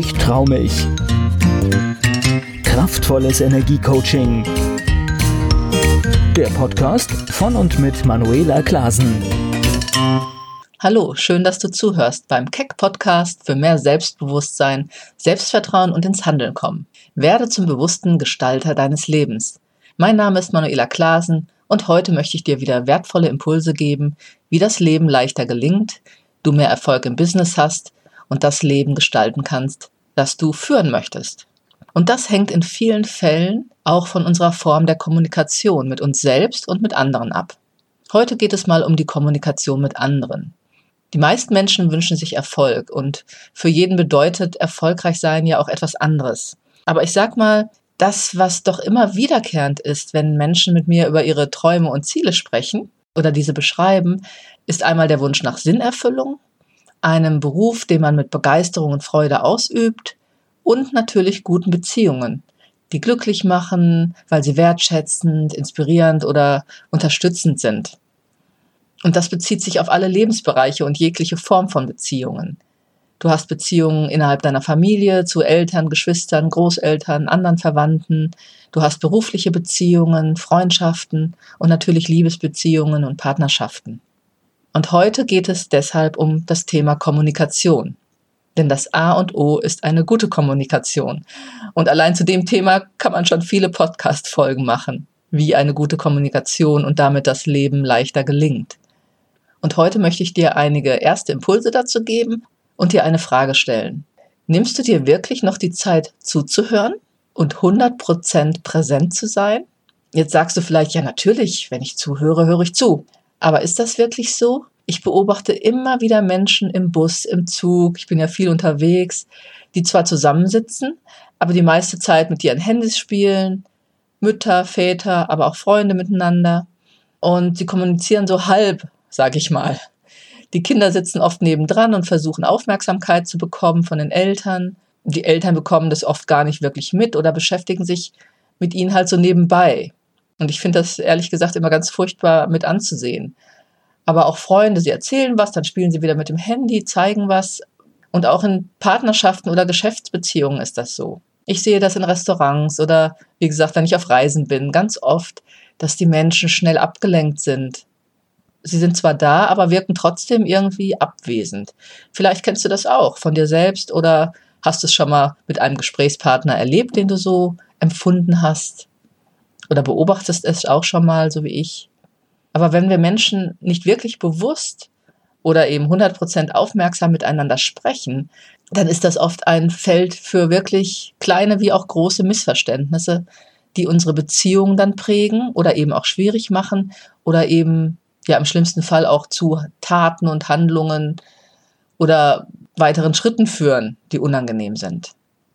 Ich trau mich. Kraftvolles Energiecoaching. Der Podcast von und mit Manuela Klasen. Hallo, schön, dass du zuhörst beim Keck-Podcast für mehr Selbstbewusstsein, Selbstvertrauen und ins Handeln kommen. Werde zum bewussten Gestalter deines Lebens. Mein Name ist Manuela Klasen und heute möchte ich dir wieder wertvolle Impulse geben, wie das Leben leichter gelingt, du mehr Erfolg im Business hast und das Leben gestalten kannst, das du führen möchtest. Und das hängt in vielen Fällen auch von unserer Form der Kommunikation mit uns selbst und mit anderen ab. Heute geht es mal um die Kommunikation mit anderen. Die meisten Menschen wünschen sich Erfolg und für jeden bedeutet erfolgreich sein ja auch etwas anderes. Aber ich sag mal, das, was doch immer wiederkehrend ist, wenn Menschen mit mir über ihre Träume und Ziele sprechen oder diese beschreiben, ist einmal der Wunsch nach Sinnerfüllung, einem Beruf, den man mit Begeisterung und Freude ausübt und natürlich guten Beziehungen, die glücklich machen, weil sie wertschätzend, inspirierend oder unterstützend sind. Und das bezieht sich auf alle Lebensbereiche und jegliche Form von Beziehungen. Du hast Beziehungen innerhalb deiner Familie, zu Eltern, Geschwistern, Großeltern, anderen Verwandten. Du hast berufliche Beziehungen, Freundschaften und natürlich Liebesbeziehungen und Partnerschaften. Und heute geht es deshalb um das Thema Kommunikation. Denn das A und O ist eine gute Kommunikation. Und allein zu dem Thema kann man schon viele Podcast-Folgen machen, wie eine gute Kommunikation und damit das Leben leichter gelingt. Und heute möchte ich dir einige erste Impulse dazu geben und dir eine Frage stellen. Nimmst du dir wirklich noch die Zeit zuzuhören und 100% präsent zu sein? Jetzt sagst du vielleicht, ja natürlich, wenn ich zuhöre, höre ich zu. Aber ist das wirklich so? Ich beobachte immer wieder Menschen im Bus, im Zug, ich bin ja viel unterwegs, die zwar zusammensitzen, aber die meiste Zeit mit ihren Handys spielen, Mütter, Väter, aber auch Freunde miteinander. Und sie kommunizieren so halb, sag ich mal. Die Kinder sitzen oft nebendran und versuchen Aufmerksamkeit zu bekommen von den Eltern. Die Eltern bekommen das oft gar nicht wirklich mit oder beschäftigen sich mit ihnen halt so nebenbei. Und ich finde das ehrlich gesagt immer ganz furchtbar mit anzusehen. Aber auch Freunde, sie erzählen was, dann spielen sie wieder mit dem Handy, zeigen was. Und auch in Partnerschaften oder Geschäftsbeziehungen ist das so. Ich sehe das in Restaurants oder, wie gesagt, wenn ich auf Reisen bin, ganz oft, dass die Menschen schnell abgelenkt sind. Sie sind zwar da, aber wirken trotzdem irgendwie abwesend. Vielleicht kennst du das auch von dir selbst oder hast es schon mal mit einem Gesprächspartner erlebt, den du so empfunden hast. Oder beobachtest es auch schon mal, so wie ich. Aber wenn wir Menschen nicht wirklich bewusst oder eben 100% aufmerksam miteinander sprechen, dann ist das oft ein Feld für wirklich kleine wie auch große Missverständnisse, die unsere Beziehungen dann prägen oder eben auch schwierig machen oder eben ja im schlimmsten Fall auch zu Taten und Handlungen oder weiteren Schritten führen, die unangenehm sind.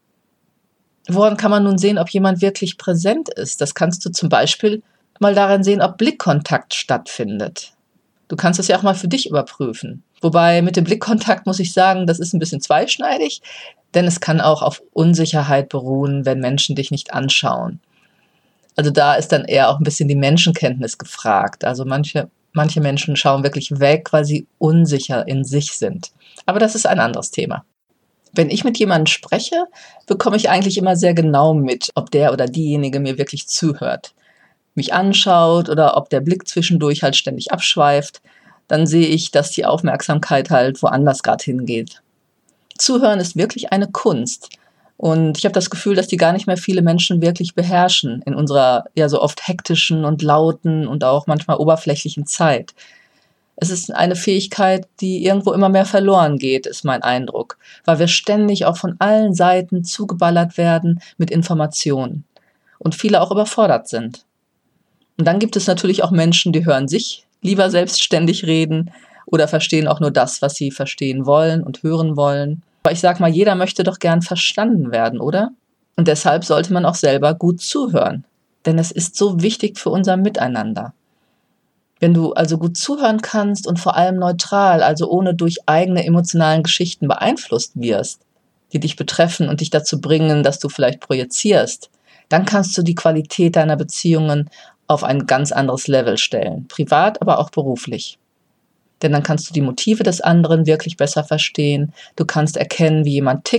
Woran kann man nun sehen, ob jemand wirklich präsent ist? Das kannst du zum Beispiel mal daran sehen, ob Blickkontakt stattfindet. Du kannst es ja auch mal für dich überprüfen. Wobei mit dem Blickkontakt muss ich sagen, das ist ein bisschen zweischneidig, denn es kann auch auf Unsicherheit beruhen, wenn Menschen dich nicht anschauen. Also da ist dann eher auch ein bisschen die Menschenkenntnis gefragt. Also manche Menschen schauen wirklich weg, weil sie unsicher in sich sind. Aber das ist ein anderes Thema. Wenn ich mit jemandem spreche, bekomme ich eigentlich immer sehr genau mit, ob der oder diejenige mir wirklich zuhört, mich anschaut oder ob der Blick zwischendurch halt ständig abschweift. Dann sehe ich, dass die Aufmerksamkeit halt woanders gerade hingeht. Zuhören ist wirklich eine Kunst. Und ich habe das Gefühl, dass die gar nicht mehr viele Menschen wirklich beherrschen in unserer ja so oft hektischen und lauten und auch manchmal oberflächlichen Zeit. Es ist eine Fähigkeit, die irgendwo immer mehr verloren geht, ist mein Eindruck, weil wir ständig auch von allen Seiten zugeballert werden mit Informationen und viele auch überfordert sind. Und dann gibt es natürlich auch Menschen, die hören sich lieber selbstständig reden oder verstehen auch nur das, was sie verstehen wollen und hören wollen. Aber ich sag mal, jeder möchte doch gern verstanden werden, oder? Und deshalb sollte man auch selber gut zuhören, denn es ist so wichtig für unser Miteinander. Wenn du also gut zuhören kannst und vor allem neutral, also ohne durch eigene emotionalen Geschichten beeinflusst wirst, die dich betreffen und dich dazu bringen, dass du vielleicht projizierst, dann kannst du die Qualität deiner Beziehungen auf ein ganz anderes Level stellen, privat, aber auch beruflich. Denn dann kannst du die Motive des anderen wirklich besser verstehen, du kannst erkennen, wie jemand tickt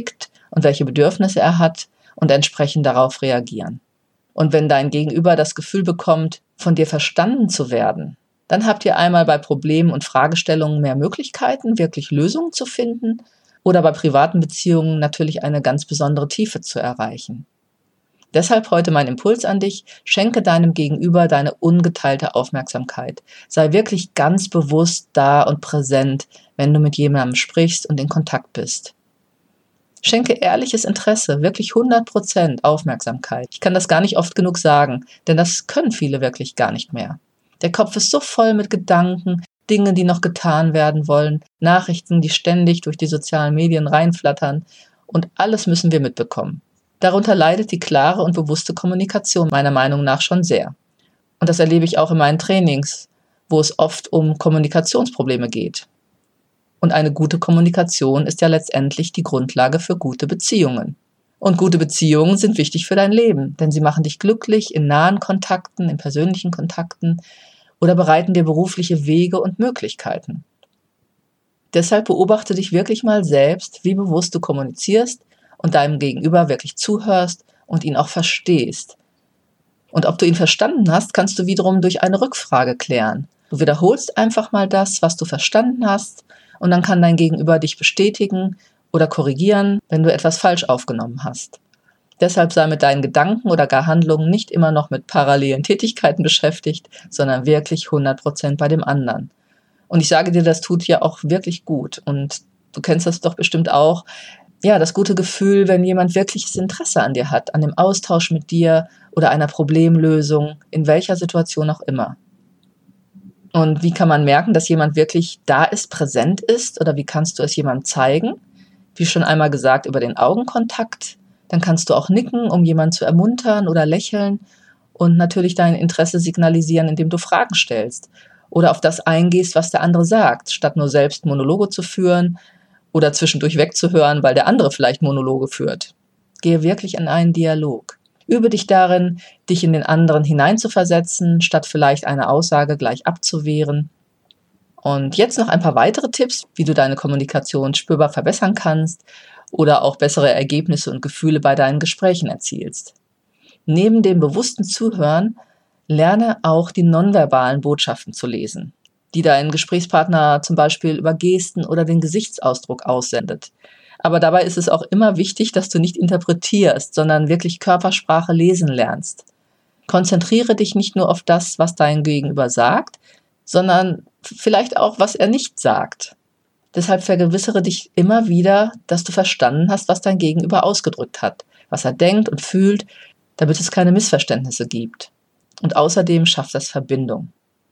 und welche Bedürfnisse er hat und entsprechend darauf reagieren. Und wenn dein Gegenüber das Gefühl bekommt, von dir verstanden zu werden, dann habt ihr einmal bei Problemen und Fragestellungen mehr Möglichkeiten, wirklich Lösungen zu finden oder bei privaten Beziehungen natürlich eine ganz besondere Tiefe zu erreichen. Deshalb heute mein Impuls an dich: Schenke deinem Gegenüber deine ungeteilte Aufmerksamkeit. Sei wirklich ganz bewusst da und präsent, wenn du mit jemandem sprichst und in Kontakt bist. Schenke ehrliches Interesse, wirklich 100% Aufmerksamkeit. Ich kann das gar nicht oft genug sagen, denn das können viele wirklich gar nicht mehr. Der Kopf ist so voll mit Gedanken, Dinge, die noch getan werden wollen, Nachrichten, die ständig durch die sozialen Medien reinflattern, und alles müssen wir mitbekommen. Darunter leidet die klare und bewusste Kommunikation meiner Meinung nach schon sehr. Und das erlebe ich auch in meinen Trainings, wo es oft um Kommunikationsprobleme geht. Und eine gute Kommunikation ist ja letztendlich die Grundlage für gute Beziehungen. Und gute Beziehungen sind wichtig für dein Leben, denn sie machen dich glücklich in nahen Kontakten, in persönlichen Kontakten oder bereiten dir berufliche Wege und Möglichkeiten. Deshalb beobachte dich wirklich mal selbst, wie bewusst du kommunizierst und deinem Gegenüber wirklich zuhörst und ihn auch verstehst. Und ob du ihn verstanden hast, kannst du wiederum durch eine Rückfrage klären. Du wiederholst einfach mal das, was du verstanden hast, und dann kann dein Gegenüber dich bestätigen oder korrigieren, wenn du etwas falsch aufgenommen hast. Deshalb sei mit deinen Gedanken oder gar Handlungen nicht immer noch mit parallelen Tätigkeiten beschäftigt, sondern wirklich 100% bei dem anderen. Und ich sage dir, das tut ja auch wirklich gut. Und du kennst das doch bestimmt auch. Ja, das gute Gefühl, wenn jemand wirkliches Interesse an dir hat, an dem Austausch mit dir oder einer Problemlösung, in welcher Situation auch immer. Und wie kann man merken, dass jemand wirklich da ist, präsent ist, oder wie kannst du es jemandem zeigen? Wie schon einmal gesagt, über den Augenkontakt. Dann kannst du auch nicken, um jemanden zu ermuntern, oder lächeln und natürlich dein Interesse signalisieren, indem du Fragen stellst oder auf das eingehst, was der andere sagt, statt nur selbst Monologe zu führen oder zwischendurch wegzuhören, weil der andere vielleicht Monologe führt. Gehe wirklich in einen Dialog. Übe dich darin, dich in den anderen hineinzuversetzen, statt vielleicht eine Aussage gleich abzuwehren. Und jetzt noch ein paar weitere Tipps, wie du deine Kommunikation spürbar verbessern kannst oder auch bessere Ergebnisse und Gefühle bei deinen Gesprächen erzielst. Neben dem bewussten Zuhören, lerne auch die nonverbalen Botschaften zu lesen, die dein Gesprächspartner zum Beispiel über Gesten oder den Gesichtsausdruck aussendet. Aber dabei ist es auch immer wichtig, dass du nicht interpretierst, sondern wirklich Körpersprache lesen lernst. Konzentriere dich nicht nur auf das, was dein Gegenüber sagt, sondern vielleicht auch, was er nicht sagt. Deshalb vergewissere dich immer wieder, dass du verstanden hast, was dein Gegenüber ausgedrückt hat, was er denkt und fühlt, damit es keine Missverständnisse gibt. Und außerdem schafft das Verbindung.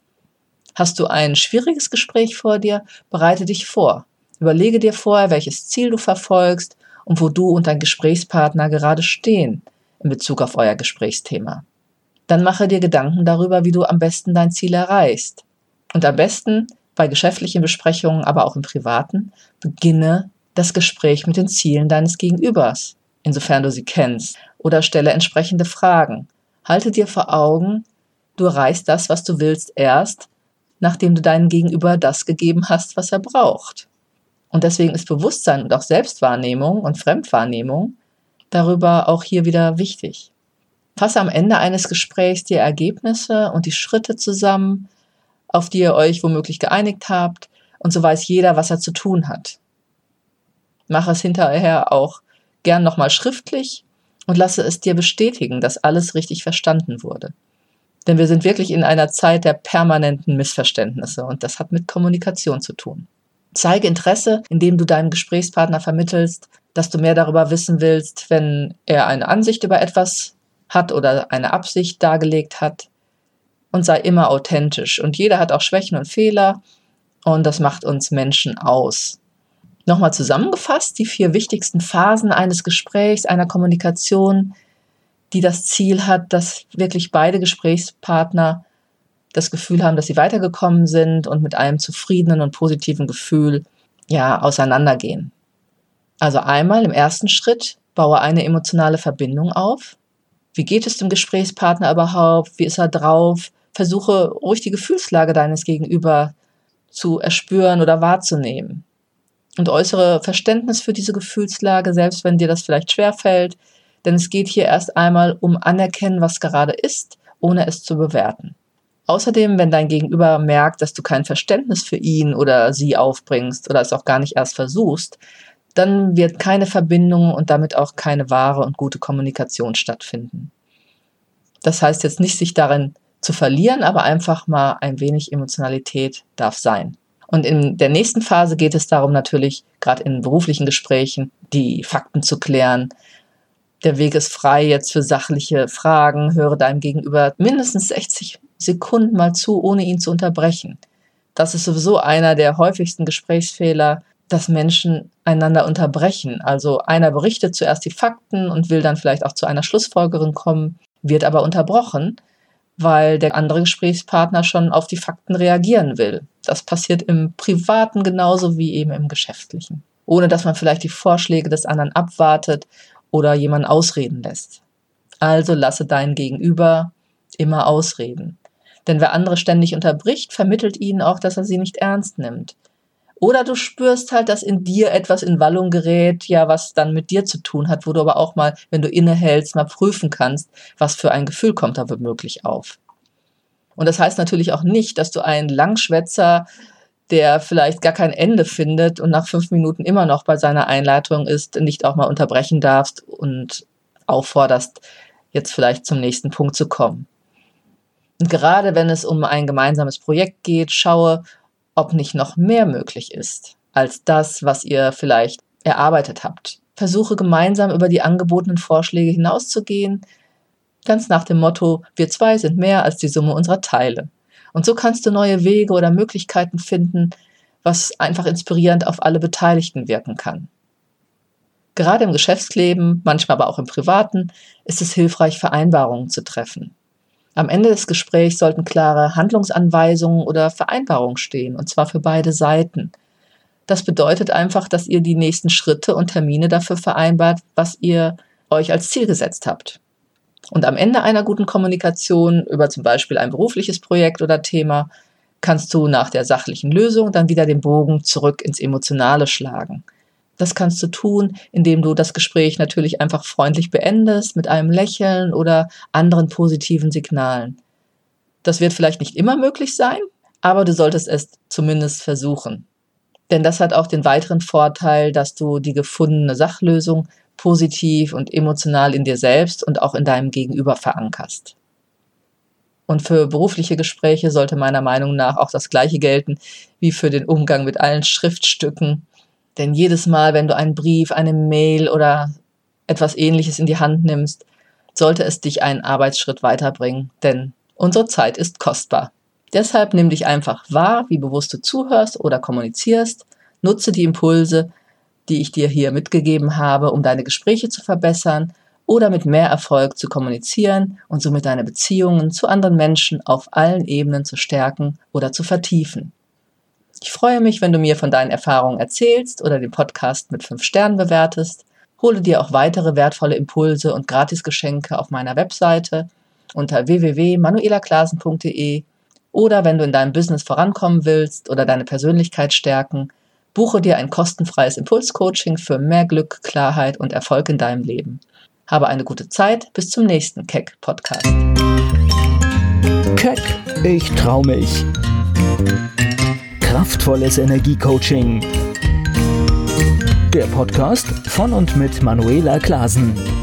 Hast du ein schwieriges Gespräch vor dir, bereite dich vor. Überlege dir vorher, welches Ziel du verfolgst und wo du und dein Gesprächspartner gerade stehen in Bezug auf euer Gesprächsthema. Dann mache dir Gedanken darüber, wie du am besten dein Ziel erreichst. Und am besten bei geschäftlichen Besprechungen, aber auch im Privaten, beginne das Gespräch mit den Zielen deines Gegenübers, insofern du sie kennst, oder stelle entsprechende Fragen. Halte dir vor Augen, du erreichst das, was du willst, erst, nachdem du deinem Gegenüber das gegeben hast, was er braucht. Und deswegen ist Bewusstsein und auch Selbstwahrnehmung und Fremdwahrnehmung darüber auch hier wieder wichtig. Fasse am Ende eines Gesprächs die Ergebnisse und die Schritte zusammen, auf die ihr euch womöglich geeinigt habt, und so weiß jeder, was er zu tun hat. Mache es hinterher auch gern nochmal schriftlich und lasse es dir bestätigen, dass alles richtig verstanden wurde. Denn wir sind wirklich in einer Zeit der permanenten Missverständnisse und das hat mit Kommunikation zu tun. Zeige Interesse, indem du deinem Gesprächspartner vermittelst, dass du mehr darüber wissen willst, wenn er eine Ansicht über etwas hat oder eine Absicht dargelegt hat. Und sei immer authentisch. Und jeder hat auch Schwächen und Fehler und das macht uns Menschen aus. Nochmal zusammengefasst, die 4 wichtigsten Phasen eines Gesprächs, einer Kommunikation, die das Ziel hat, dass wirklich beide Gesprächspartner das Gefühl haben, dass sie weitergekommen sind und mit einem zufriedenen und positiven Gefühl auseinandergehen. Also einmal im ersten Schritt, baue eine emotionale Verbindung auf. Wie geht es dem Gesprächspartner überhaupt? Wie ist er drauf? Versuche ruhig die Gefühlslage deines Gegenüber zu erspüren oder wahrzunehmen. und äußere Verständnis für diese Gefühlslage, selbst wenn dir das vielleicht schwerfällt. Denn es geht hier erst einmal um Anerkennen, was gerade ist, ohne es zu bewerten. Außerdem, wenn dein Gegenüber merkt, dass du kein Verständnis für ihn oder sie aufbringst oder es auch gar nicht erst versuchst, dann wird keine Verbindung und damit auch keine wahre und gute Kommunikation stattfinden. Das heißt jetzt nicht, sich darin zu verlieren, aber einfach mal ein wenig Emotionalität darf sein. Und in der nächsten Phase geht es darum, natürlich gerade in beruflichen Gesprächen die Fakten zu klären. Der Weg ist frei jetzt für sachliche Fragen. Höre deinem Gegenüber mindestens 60 Sekunden mal zu, ohne ihn zu unterbrechen. Das ist sowieso einer der häufigsten Gesprächsfehler, dass Menschen einander unterbrechen. Also einer berichtet zuerst die Fakten und will dann vielleicht auch zu einer Schlussfolgerung kommen, wird aber unterbrochen, weil der andere Gesprächspartner schon auf die Fakten reagieren will. Das passiert im Privaten genauso wie eben im Geschäftlichen. Ohne dass man vielleicht die Vorschläge des anderen abwartet oder jemanden ausreden lässt. Also lasse deinen Gegenüber immer ausreden. Denn wer andere ständig unterbricht, vermittelt ihnen auch, dass er sie nicht ernst nimmt. Oder du spürst halt, dass in dir etwas in Wallung gerät, ja, was dann mit dir zu tun hat, wo du aber auch mal, wenn du innehältst, mal prüfen kannst, was für ein Gefühl kommt da womöglich auf. Und das heißt natürlich auch nicht, dass du einen Langschwätzer, der vielleicht gar kein Ende findet und nach 5 Minuten immer noch bei seiner Einleitung ist, nicht auch mal unterbrechen darfst und aufforderst, jetzt vielleicht zum nächsten Punkt zu kommen. Und gerade wenn es um ein gemeinsames Projekt geht, schaue, ob nicht noch mehr möglich ist als das, was ihr vielleicht erarbeitet habt. Versuche gemeinsam über die angebotenen Vorschläge hinauszugehen, ganz nach dem Motto, wir 2 sind mehr als die Summe unserer Teile. Und so kannst du neue Wege oder Möglichkeiten finden, was einfach inspirierend auf alle Beteiligten wirken kann. Gerade im Geschäftsleben, manchmal aber auch im Privaten, ist es hilfreich, Vereinbarungen zu treffen. Am Ende des Gesprächs sollten klare Handlungsanweisungen oder Vereinbarungen stehen, und zwar für beide Seiten. Das bedeutet einfach, dass ihr die nächsten Schritte und Termine dafür vereinbart, was ihr euch als Ziel gesetzt habt. Und am Ende einer guten Kommunikation über zum Beispiel ein berufliches Projekt oder Thema kannst du nach der sachlichen Lösung dann wieder den Bogen zurück ins Emotionale schlagen. Das kannst du tun, indem du das Gespräch natürlich einfach freundlich beendest, mit einem Lächeln oder anderen positiven Signalen. Das wird vielleicht nicht immer möglich sein, aber du solltest es zumindest versuchen. Denn das hat auch den weiteren Vorteil, dass du die gefundene Sachlösung positiv und emotional in dir selbst und auch in deinem Gegenüber verankerst. Und für berufliche Gespräche sollte meiner Meinung nach auch das Gleiche gelten wie für den Umgang mit allen Schriftstücken. Denn jedes Mal, wenn du einen Brief, eine Mail oder etwas Ähnliches in die Hand nimmst, sollte es dich einen Arbeitsschritt weiterbringen, denn unsere Zeit ist kostbar. Deshalb nimm dich einfach wahr, wie bewusst du zuhörst oder kommunizierst, nutze die Impulse, die ich dir hier mitgegeben habe, um deine Gespräche zu verbessern oder mit mehr Erfolg zu kommunizieren und somit deine Beziehungen zu anderen Menschen auf allen Ebenen zu stärken oder zu vertiefen. Ich freue mich, wenn du mir von deinen Erfahrungen erzählst oder den Podcast mit 5 Sternen bewertest. Hole dir auch weitere wertvolle Impulse und Gratisgeschenke auf meiner Webseite unter www.manuelaklasen.de oder wenn du in deinem Business vorankommen willst oder deine Persönlichkeit stärken, buche dir ein kostenfreies Impulscoaching für mehr Glück, Klarheit und Erfolg in deinem Leben. Habe eine gute Zeit, bis zum nächsten Keck-Podcast. Keck, ich trau mich. Kraftvolles Energiecoaching. Der Podcast von und mit Manuela Klasen.